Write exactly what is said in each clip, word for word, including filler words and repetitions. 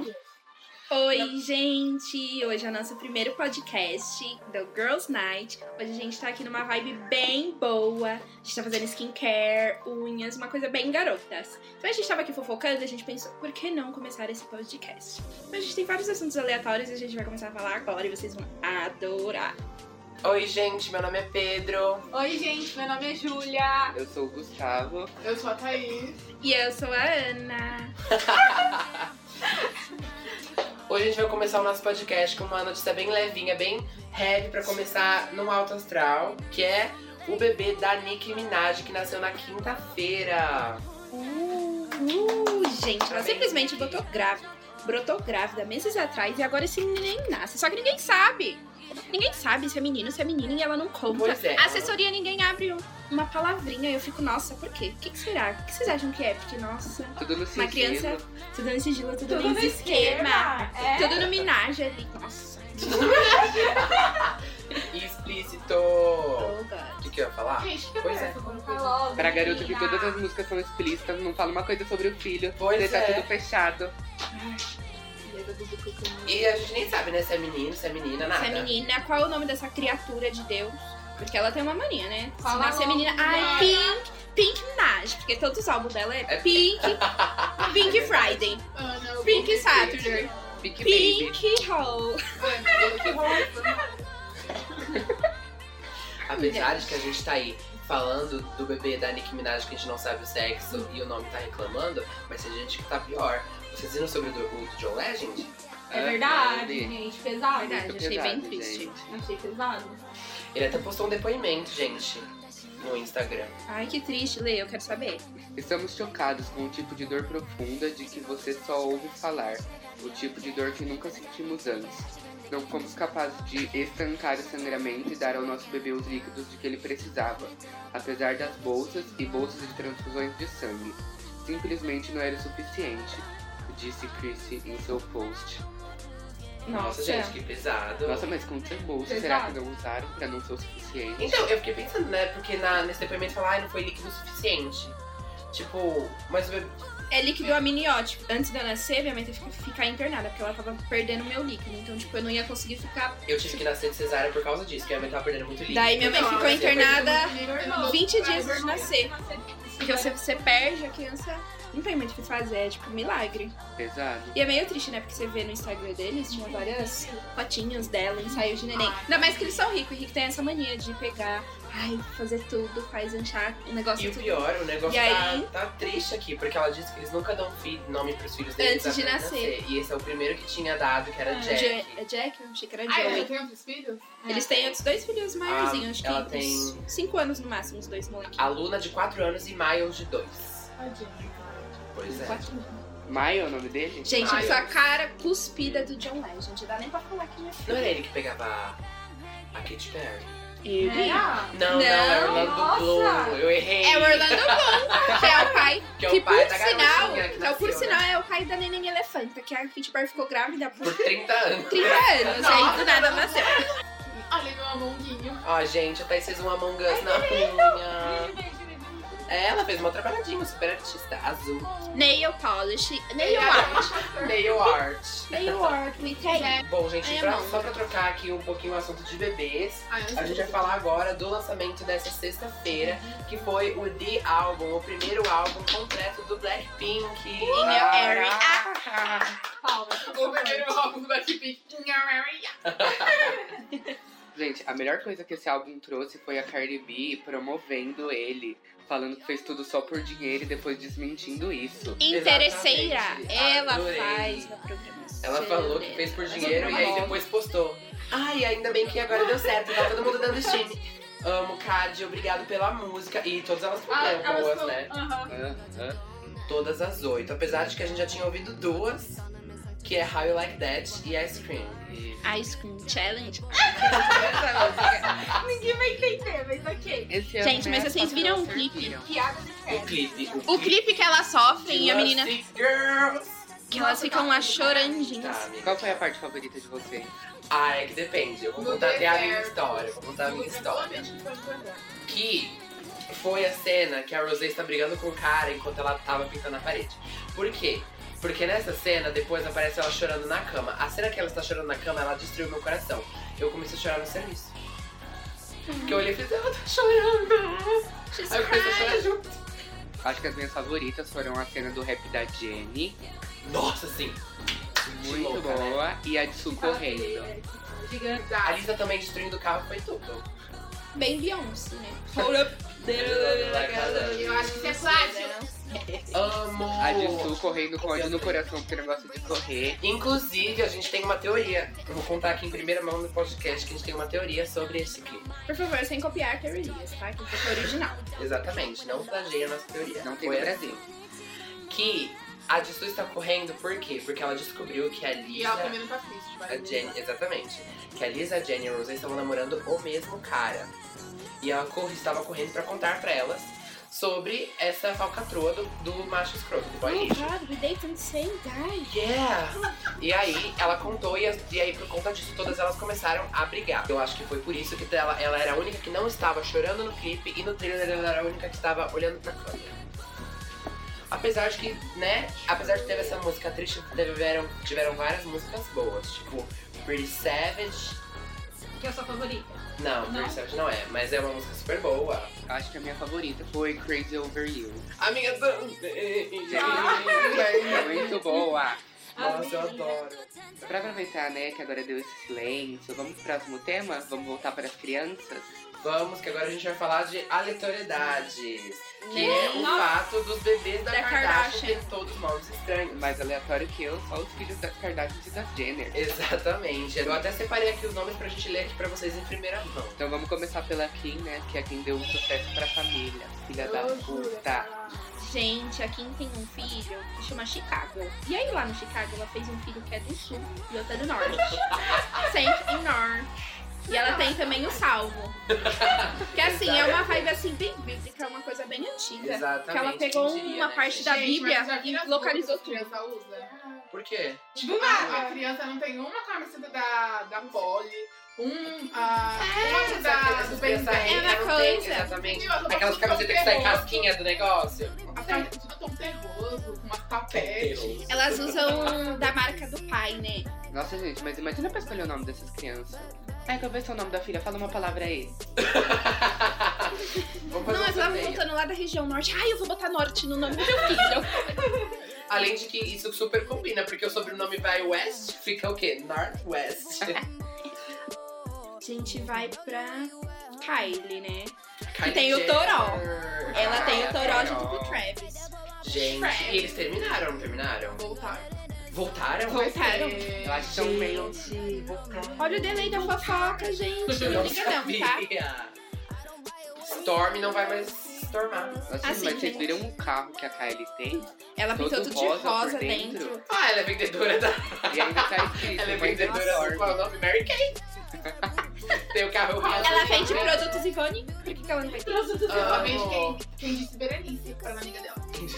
Oi, gente! Hoje é o nosso primeiro podcast do Girls Night. Hoje a gente tá aqui numa vibe bem boa. A gente tá fazendo skincare, unhas, uma coisa bem garotas. Então a gente tava aqui fofocando e a gente pensou, por que não começar esse podcast? Então a gente tem vários assuntos aleatórios e a gente vai começar a falar agora e vocês vão adorar. Oi, gente, meu nome é Pedro. Oi, gente, meu nome é Júlia. Eu sou o Gustavo. Eu sou a Thaís. E eu sou a Ana. Hoje a gente vai começar o nosso podcast com uma notícia bem levinha, bem heavy, pra começar no alto astral, que é o bebê da Nicki Minaj, que nasceu na quinta-feira. Uh, uh, gente, ela Parabéns, simplesmente Nicki. botou grávida, brotou grávida meses atrás e agora esse menino nem nasce. Só que ninguém sabe. Ninguém sabe se é menino, se é menina e ela não conta. Pois é. A assessoria ninguém abre um- uma palavrinha e eu fico, nossa, por quê? O que, que será? O que vocês acham que é? Porque, nossa, Tudo no sigilo. uma criança, tudo no sigilo, tudo, Tudo no no esquema. esquema, é. Tudo no Minaj ali. Nossa. Explícito. Oh, O God. que, que eu ia falar? Gente, que Pois é é. essa? Vamos falar. Pra garota que todas as músicas são explícitas, não fala uma coisa sobre o filho. Pois deixa é. tudo fechado. E a gente nem sabe, né, se é menino, se é menina, nada. Essa menina, qual é o nome dessa criatura de Deus? Porque ela tem uma mania, né? Se Fala nascer logo, menina. Ai, mulher. Pink, Pink Minaj. Porque todos os álbuns dela é É Pink, Pink Friday, Ana, Pink Saturday, Big Baby. Pink Hole. Apesar de que a gente tá aí falando do bebê da Nicki Minaj, que a gente não sabe o sexo e o nome tá reclamando, mas tem gente que tá pior. Vocês viram sobre o do, o do John Legend? É verdade, Andy. gente. Pesado. Verdade. Muito achei bem pesado, triste. gente. Achei pesado. Ele até postou um depoimento, gente, no Instagram. Ai, que triste, Lê, eu quero saber. Estamos chocados com o tipo de dor profunda de que você só ouve falar. O tipo de dor que nunca sentimos antes. Não fomos capazes de estancar o sangramento e dar ao nosso bebê os líquidos de que ele precisava, apesar das bolsas e bolsas de transfusões de sangue. Simplesmente não era o suficiente, disse Chrissy em seu post. Nossa, Nossa, gente, que pesado. Nossa, mas quantas bolsas será que não usaram pra não ser o suficiente? Então, eu fiquei pensando, né, porque na, nesse depoimento fala, ai, não foi líquido o suficiente. Tipo, mas o bebê... é líquido amniótico. Antes de eu nascer, minha mãe teve que ficar internada, porque ela tava perdendo meu líquido. Então, tipo, eu não ia conseguir ficar. Eu tive que nascer de cesárea por causa disso, porque minha mãe tava perdendo muito líquido. Daí minha mãe Então, ficou ela nasceu internada vinte dias antes de nascer. nascer. Porque você, você perde, a criança não tem muito o que fazer, é tipo um milagre. Pesado. E é meio triste, né? Porque você vê no Instagram deles, tinha várias fotinhas dela, ensaios de neném. Ainda mais que eles são ricos, e rico tem essa mania de pegar, ai, fazer tudo, faz anchar o negócio E o tudo. pior, o negócio E aí- tá, tá triste aqui, porque ela disse que eles nunca dão fi- nome pros filhos deles Antes de até nascer. E esse é o primeiro que tinha dado, que era Ah, Jack. Ja- é Jack? Eu achei que era Ah, ela Joey. já tem outros filhos? Eles têm outros dois filhos maiorzinhos, Ah, acho que ela uns tem- cinco anos no máximo, os dois molequinhos. A Luna de quatro anos e Miles de dois. Tadinha. Pois é. Quatro anos. Maio é o nome dele? Gente, Miles. essa cara cuspida do John Legend, não dá nem pra falar quem é. Não era ele que pegava a, a Katy Perry? Ele? Era? Não, não, é Orlando Nossa! Bloom. Eu errei. É o Orlando Bloom, que é o pai. Que é o que pai por da sinal, garotinha que que é o por nasceu, sinal né? é o pai da neném elefanta, que a Katy Perry ficou grávida por Por trinta anos. trinta anos, aí do nada nasceu. Olha meu amonguinho. Ó, gente, a Thaís fez um Among Us na unha. É, ela fez uma trabalhadinha, super artista, azul. Nail polish, nail art, Nail art. nail art with hair. Bom, gente, Ai, pra- amor. só pra trocar aqui um pouquinho o assunto de bebês, Ai, eu a gente vai falar agora do lançamento dessa sexta-feira, que foi o The Album, o primeiro álbum completo do Blackpink. In your area. Palmas. O primeiro álbum da Blackpink. Gente, a melhor coisa que esse álbum trouxe foi a Cardi B promovendo ele, falando que fez tudo só por dinheiro e depois desmentindo isso. Interesseira, Exatamente. ela Adorei. faz na programação. Ela falou que fez por dinheiro e aí depois postou. Ai, ainda bem que agora deu certo, tá todo mundo dando stream. Amo, Cade, obrigado pela música. E todas elas Ah, foram elas boas, são- né? Aham. Ah, ah. Todas as oito. Apesar de que a gente já tinha ouvido duas, que é How You Like That e Ice Cream. E Ice Cream Challenge. Ninguém vai entender, mas ok. esse ano, Gente, mas né, vocês só viram não o clipe? serviram. Piada de O festa. clipe. O clipe que elas sofrem e a menina. Plastic Girls. Que elas ficam lá chorandinhas. Tá, amiga. Qual foi a parte favorita de vocês? Ah, é que depende. Eu vou No contar até a minha deserto. história. Eu vou contar a minha história. história. Que foi a cena que a Rosé está brigando com o cara enquanto ela tava pintando a parede. Por quê? Porque nessa cena, depois aparece ela chorando na cama. A cena que ela está chorando na cama, ela destruiu meu coração. Eu comecei a chorar no serviço. Porque eu olhei e falei, ela tá chorando. Aí eu comecei a chorar junto. Acho que as minhas favoritas foram a cena do rap da Jenny. Nossa, sim. Muito louca, boa. né? E a de Su correndo. Gigante. A Lisa também destruindo o carro foi tudo. Bem Beyoncé, né? Hold up. Eu acho que isso é plágio. Amo! A de Su correndo com ódio no coração, porque não gosta de correr. Inclusive, a gente tem uma teoria. Eu vou contar aqui em primeira mão no podcast que a gente tem uma teoria sobre esse clipe. Por favor, sem copiar teorias, tá? Que foi original. Exatamente, não plageia a nossa teoria. Não tem Foi no Brasil. assim. Que a Jisoo está correndo por quê? Porque ela descobriu que a Lisa... E ela também não tá triste, vai. A Jenny, exatamente. Que a Lisa, a Jenny e a Rosé estavam namorando o mesmo cara. E ela corre, estava correndo pra contar pra elas sobre essa falcatrua do, do macho escroto, do boy Oh lixo. God, we date on the same guy. Yeah! E aí, ela contou e, as- e aí, por conta disso, todas elas começaram a brigar. Eu acho que foi por isso que ela, ela era a única que não estava chorando no clipe e no trailer ela era a única que estava olhando pra câmera. Apesar de que, né, apesar de ter essa música triste, tiveram, tiveram várias músicas boas, tipo Pretty Savage. Que é a sua favorita? Não, Não? Pretty Savage não é, mas é uma música super boa. Acho que a minha favorita foi Crazy Over You. Amiga do... É muito boa. Nossa, eu adoro. Pra aproveitar, né, que agora deu esse silêncio, vamos pro próximo tema? Vamos voltar para as crianças? Vamos, que agora a gente vai falar de aleatoriedades. Que Né? é o Nossa. fato dos bebês da, Da Kardashian Kardashian. terem todos nomes estranhos. Mais aleatório que eu, só os filhos das Kardashians e das Jenner. Exatamente. Eu até separei aqui os nomes pra gente ler aqui pra vocês em primeira mão. Então vamos começar pela Kim, né, que é quem deu um sucesso pra família. Filha da puta. Gente, a Kim tem um filho que chama Chicago. E aí lá no Chicago ela fez um filho que é do sul e outro é do norte. Sempre em norte. E ela tem também o Salvo. Que assim, é uma vibe assim bem bíblica, é uma coisa bem antiga. Exatamente. Que ela pegou quem diria, uma né, parte gente? da Gente, Bíblia mas já e viram as localizou roupas que tudo. a criança usa? Por quê? Tipo, a, a criança não tem uma camiseta da, da Polly, um, a, uma da, do Ben Essa dez. É uma não tem, coisa. exatamente. Meu, eu tô Aquelas passando camisetas que saem terror. casquinha do negócio. A camiseta tudo tão terroso, com umas tapetes. Elas usam da marca do pai, né? Nossa, gente, mas imagina pra escolher o nome dessas crianças. Ai, qual vai ser o nome da filha? Fala uma palavra aí. Vamos fazer Não, uma mas ela sorteio. voltando lá da região norte. Ai, eu vou botar norte no nome do meu filho. Além de que isso super combina, porque o sobrenome vai West, fica o quê? Northwest. A gente vai pra Kylie, né? Kylie tem o Jenner. Toró. Ela Ah, tem é o Toró Toró. junto com o Travis. Gente, e eles terminaram, não terminaram? Voltar. Voltaram? Voltaram. Eu acho que são meio... Olha o delay da fofoca, gente. Eu Não não liga não, tá? sabia. Storm não vai mais stormar. Nossa, Assim, mas vocês gente. viram o carro que a Kylie tem? Ela pintou Todo tudo de rosa por rosa dentro. dentro. Ah, ela é vendedora da... E ainda tá escrito, Ela é mãe vendedora da do Storm. qual é o nome? Mary Kay. Tem o carro rosa. Ela e vende o- produtos Ivone. Por que, que ela não vai ter? Ela Amo. vende quem, quem disse Berenice pra amiga dela.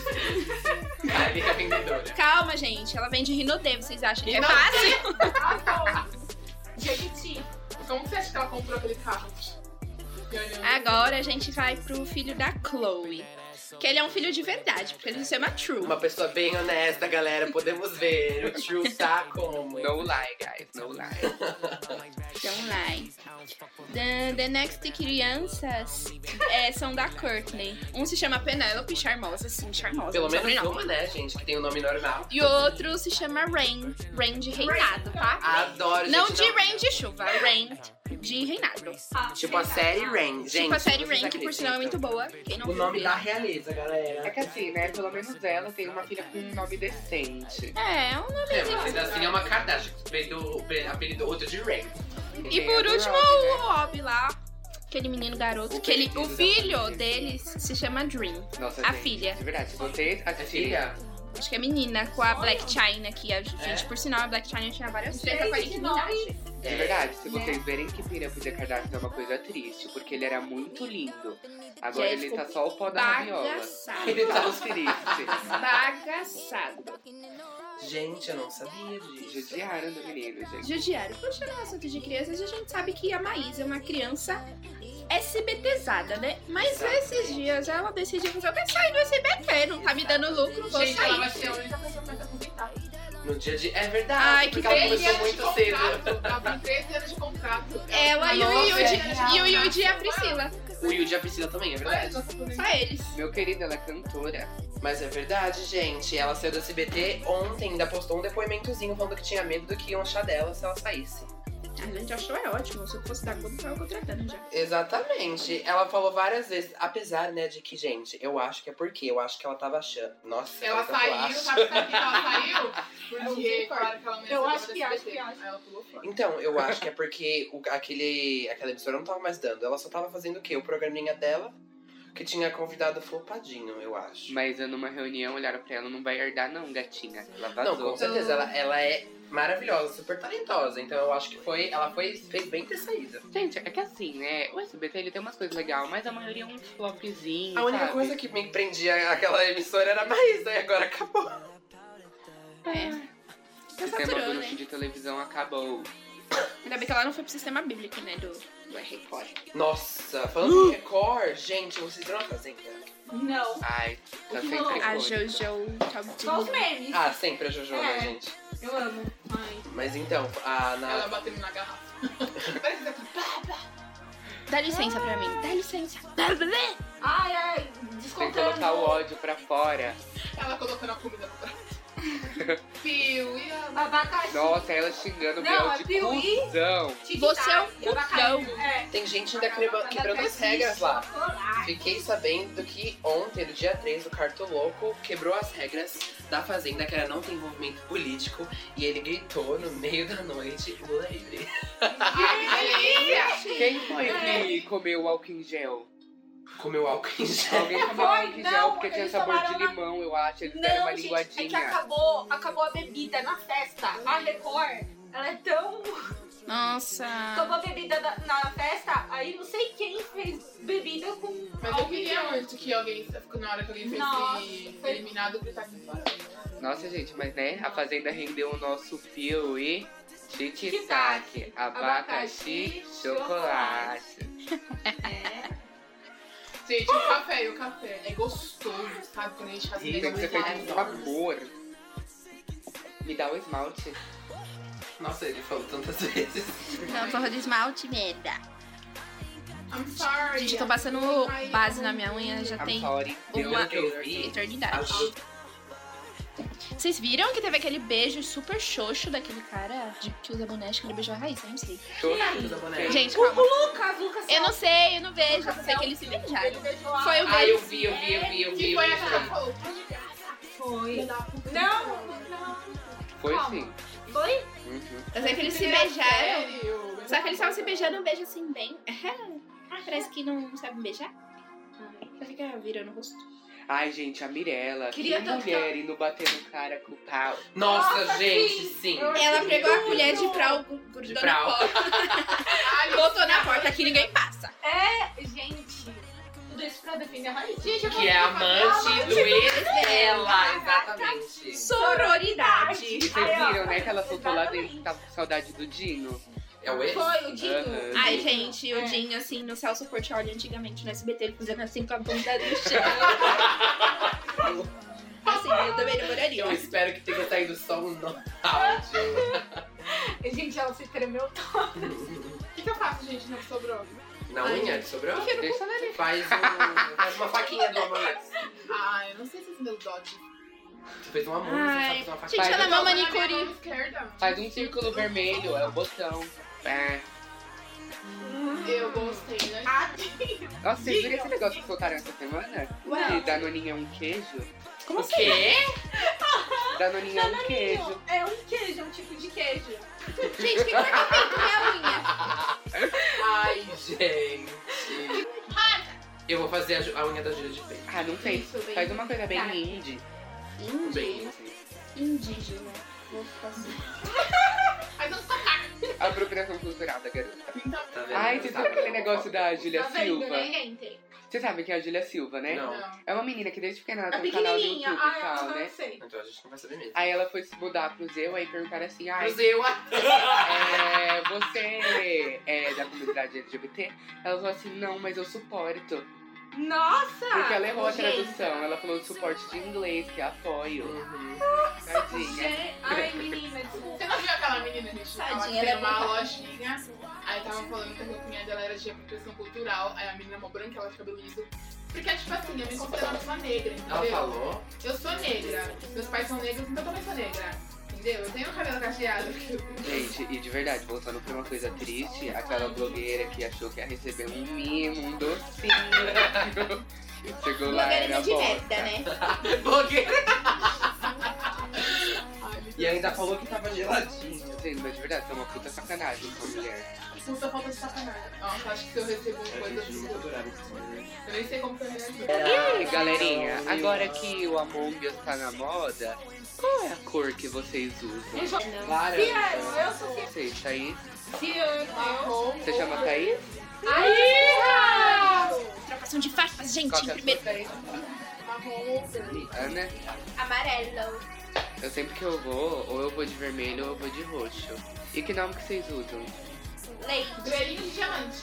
Kylie é vendedora. Calma, gente. Ela vende Rinodê. Vocês acham que é Rinodê? fácil? Ah, não. Jequiti. Como que você acha que ela comprou aquele carro? Agora a gente vai pro filho da Chloe. Que ele é um filho de verdade, porque ele se chama True. Uma pessoa bem honesta, galera. Podemos ver. O True tá como? No lie, guys, no lie. Então, lá. The, the Next crianças é, são da Courtney. Um se chama Penelope, charmosa, sim, charmosa. Pelo um menos sobrenome. uma, né, gente? Que tem o nome normal. E o outro se chama Rain. Rain de reinado, tá? Adoro, Não gente. de rain de chuva, rain de reinado. Tipo a série Rain. Gente, tipo a série vocês Rain, que por sinal é muito acreditam? boa. Quem não O viu, nome vê. da realeza, É galera. que assim, né, pelo menos ela tem uma filha com um nome decente. É, é um É, nomezinho. mas assim é uma Kardashian. Apelidou apelidou outro de Rain. E Tem por a do último, Rob, o né? Rob lá. Aquele menino garoto. Que ele, o filho dele se chama Dream. Nossa, A gente, filha. De verdade, se vocês É assistirem... filha? Acho que é menina, com a Black China aqui. A gente, É? por sinal, a Black China tinha várias tretas com a Nicki Minaj. De verdade, se vocês verem que Pirâmide Kardashian é uma coisa triste, porque ele era muito lindo. Agora E aí ele ficou tá só o pó da rabiola. Bagaçado. Ele tá os tristes. Bagaçado. Gente, eu não sabia disso. Judiaram do menino, gente. Judiário. Puxa, no assunto de crianças, a gente sabe que a Maísa é uma criança SBTzada, né? Mas Exato. esses dias ela decidiu fazer, eu vou sair do S B T, não tá me dando lucro, vou Gente, ela sair. vai ser a única pessoa que vai se aposentar. No dia de... É verdade, Ai, que porque ela treze começou anos de muito cedo. contrato. Ela tem treze anos de contrato. Ela e o Nossa, Yudi. é E o Yudi e a Priscila. O Yudi e a Priscila também, é verdade. Só eles. Meu querido, ela é cantora. Mas é verdade, gente. Ela saiu do S B T ontem, ainda postou um depoimentozinho falando que tinha medo do que iam achar dela se ela saísse. A gente achou é ótimo. Se eu fosse dar conta, eu tava contratando já. Exatamente. Ela falou várias vezes, apesar, né, de que, gente, eu acho que é porque eu acho que ela tava achando. Nossa, Ela tanto saiu, acho. sabe por que ela saiu? Porque, sei, claro que ela não ia Eu ser acho do que S B T. acho que acho. Aí ela pulou fora. Então, eu acho que é porque o, aquele, aquela emissora não tava mais dando. Ela só tava fazendo o quê? O programinha dela, que tinha convidado flopadinho, eu acho. Mas eu numa reunião olharam pra ela, não vai herdar não, gatinha. Ela Não, vazou. com certeza. Ela, ela é maravilhosa, super talentosa. Então eu acho que foi. Ela foi, fez bem ter saído. Gente, é que assim, né? O S B T ele tem umas coisas legais, mas a maioria é um flopzinho. A única sabe? coisa que me prendia aquela emissora era a Maísa, e agora acabou. É. O Tá sistema saturou, bruxo né? de televisão acabou. Ainda bem que ela não foi pro sistema bíblico, né? Do, do Record. Nossa, falando em Record, gente, vocês viram a Fazenda? Não. Ai, tá Não, sempre A icônica. Jojo Só os Todinho. memes. Ah, sempre a Jojo, né, É. gente? Eu amo. Ai. Mas então, a Ela na. batendo na garrafa. Parece que tá... Dá licença pra mim. Dá licença. Ai, ai. Tem que Descontando. colocar o ódio pra fora. Ela colocando a comida no prato. Piu, e a... Abacaxi. Nossa, ela xingando o Não, Biel é de piuí. cuzão. Você é um Tic-tac, abacaxi. cuzão. É. Tem gente ainda quebra- quebrando as regras lá. Chocolate. Fiquei sabendo que ontem, no dia três, o Cartoloco quebrou as regras da Fazenda, que era não ter envolvimento político, e ele gritou no meio da noite, Lula livre. Quem foi que comeu o álcool em gel? Comeu álcool em gel. Alguém comeu Foi, álcool em gel não, porque tinha eles sabor de tomaram na- limão, eu acho. Eles deram uma Não, gente, é que linguadinha. acabou, acabou a bebida na festa. A Record, ela é tão... Nossa. Acabou a bebida da- na festa, aí não sei quem fez bebida com Mas eu álcool queria gel. muito que alguém, na hora que alguém foi Nossa, se foi- eliminado, gritasse fora. Nossa, gente, mas né, a Fazenda rendeu o nosso piuí, tic-tac, Tic-tac, abacaxi, abacaxi, chocolate. É. Gente, o café, o café é gostoso, sabe? Quando a gente faz Sim, Tem que ser feito com maravilhosos. sabor. Me dá o esmalte. Nossa, ele falou tantas vezes. Não, porra de esmalte, merda. I'm sorry. Gente, eu tô passando base na minha unha já I'm tem sorry. Deu uma Pelo que eu vi, eternidade. a- Vocês viram que teve aquele beijo super xoxo daquele cara de, que usa boné? Acho que ele beijou a Raíssa, não sei. usa boné. Gente, O calma. Lucas, Lucas Eu não sei, eu não vejo. Lucas Eu sei que eles se Ele beijaram. beijou a... Foi o Ah, eu beijo. vi, eu vi, eu vi, eu vi. Que eu foi vi. a que ela falou, "Pô, de graça." Foi. Filha da puta. Não, não. Foi Calma. sim. Foi? Uhum. Eu sei que eles se Primeira beijaram. série, Só que eles estavam se beijando um beijo assim bem. Parece que não sabe beijar. Só fica virando o rosto. Ai, gente, a Mirella, Queria que tanto mulher indo bater no cara com o pau. Nossa, Nossa, gente, sim. sim. Eu- Ela pegou a Tudo. colher de prau, De grudou prau. na porta, Ai, botou na porta que ninguém passa. É, gente. Tudo isso pra defender a Raíssa. Gente, eu Que é amante do ex dela, exatamente. Sororidade. E vocês Ai, ó, viram, né, que ela soltou lá dentro exatamente. que tava com saudade do Dino? É o ex? Foi o Dinho. Aham. Ai, gente, o É. Dinho, assim, no Celso Portiolli, antigamente, no S B T, ele fazendo assim com a bunda do chão. Assim, eu também namoraria. Eu espero que tenha saído só um no áudio. Gente, ela se tremeu toda. O que, que eu faço, gente, no que sobrou? Na unha que sobrou? Deixa ela ali. Faz, um, faz uma faquinha do Amolex. Ah, eu não sei se esse meu dote. Você fez uma música, Ai, só fez uma faquinha. gente, ela Não, ama na minha manicure. mão esquerda. Faz um círculo vermelho, é o botão. É. Eu gostei, né? Ah, Nossa, vocês viram esse negócio que soltaram essa semana? Ué. Que Danoninha é um queijo? Como O assim? quê? Danoninha é um queijo. é um queijo, é um tipo de queijo. Gente, que cor que pinta minha unha? Ai, gente. Eu vou fazer a, ju- a unha da Júlia de peito. Ah, não fez. Isso, bem- Faz uma coisa bem Tá. indie. Bem, Indígena. assim. Indígena. Vou fazer. Mas eu tô A apropriação cultural da garota. Tá vendo? Ai, vocês viram aquele negócio da Júlia Tá vendo, Silva? né, gente? Você sabe que é a Júlia Silva, né? Não. Não. É uma menina que desde pequena ela A tem um canal no pequenininha. YouTube e Ai, tal, eu né? sei. Então a gente não vai saber mesmo. Aí ela foi se mudar pro Zeu, aí perguntaram assim, ai, Museu. é, você é da comunidade L G B T? Ela falou assim, não, mas eu suporto. Nossa! Porque ela errou a gente. tradução. Ela falou de suporte de inglês, que é apoio. Uhum. Tadinha. Gente, ai, menina, desculpa. Você não viu aquela menina, gente? Ela Tadinha, tem ela é uma muito- lojinha. Aí tava falando que a roupinha dela era de apropriação cultural. Aí a menina é mó branca, ela de cabelo liso. Porque, tipo assim, eu me considero uma pessoa negra, entendeu? Ela falou. Eu sou negra. Meus pais são negros, então eu também sou negra. Entendeu? Eu tenho o cabelo cacheado. Gente, e de verdade, voltando pra uma coisa triste, aquela blogueira que achou que ia receber um mimo, um docinho. Chegou lá, Blogueirinha era de bosta. merda, né? Blogueira. Ai, me E ainda falou que tava geladinho. Gente, mas de verdade, é uma puta sacanagem com a mulher. puta falta de sacanagem. Nossa, acho que se eu recebo A coisa gente nunca assim, adorava esse filme. eu nem sei como que eu reagiria. E aí, galerinha, agora que o Among Us tá na moda, qual é a cor que vocês usam? Ciano, Laranja. eu sou Vocês, Thaís? Ciano. Marrom. Você chama Thaís? Aí! Trocação de farpas, gente. Qual que é a Primeiro. sua, Thaís? Marrom ou verde. Ana? Amarelo. Eu sempre que eu vou, ou eu vou de vermelho ou eu vou de roxo. E que nome que vocês usam? Leite. Duelinho de diamante.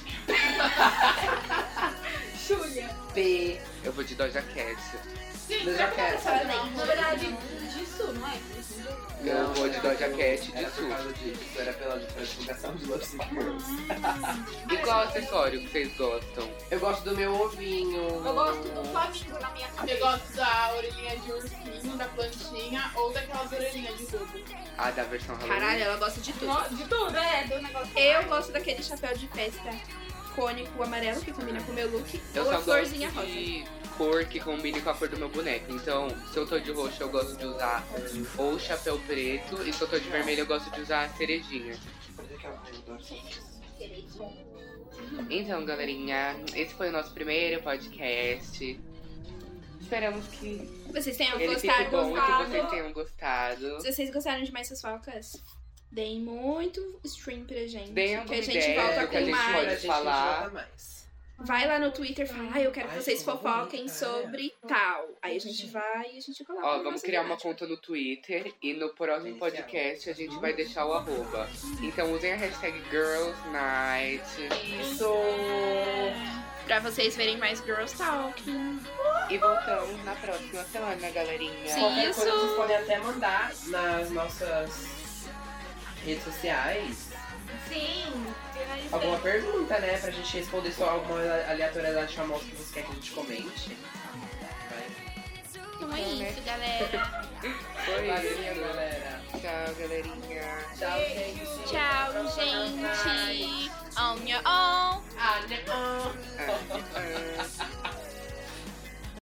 Júlia. P. Eu vou de Doja Cat. Gente, Eu será já que quero. eu vou Leite. Na verdade, disso, não é? Eu vou de Doja Cat de Era por sul. causa disso. Era pela divulgação de Los Stars. E qual acessório que vocês gostam? Eu gosto do meu ovinho. Eu gosto do flamingo na minha Eu cabeça. gosto da orelhinha de ursinho, da plantinha ou daquelas orelhinhas de bobo. Ah, da versão Halloween? Caralho, ela gosta de tudo. No- De tudo, é, do negócio. Eu gosto daquele chapéu de festa cônico amarelo que combina com o meu look. Eu ou só a gosto florzinha rosa. de cor que combine com a cor do meu boneco. Então, se eu tô de roxo, eu gosto de usar ou chapéu preto. E se eu tô de vermelho, eu gosto de usar a cerejinha. Então, galerinha, esse foi o nosso primeiro podcast. Esperamos que Vocês tenham ele fique gostado. bom e que gostado. vocês tenham gostado. Se vocês gostaram de mais fofocas, deem muito stream pra gente. Deem que alguma a gente ideia volta do que a com gente mais. pode Pra gente falar. voltar mais. Vai lá no Twitter e fala, ah, eu quero que Ai, vocês ficou fofoquem bonita, sobre tal. Aí a gente vai e a gente coloca. Ó, na vamos nossa criar uma temática. conta no Twitter e no próximo podcast a gente vai deixar o arroba. Então usem a hashtag Girls Night. Isso! Pra vocês verem mais Girls Talking. E voltamos na próxima semana, galerinha. Sim. Qualquer Isso. coisa vocês podem até mandar nas nossas redes sociais Sim. alguma pergunta, né? Pra gente responder só alguma aleatoriedade famosa que você quer que a gente comente. Vai. Então é isso, galera. Foi Valeu, isso. galera. Tchau, galerinha. Tchau, gente. Tchau, gente. On your own. Ah, não. Ah, ah.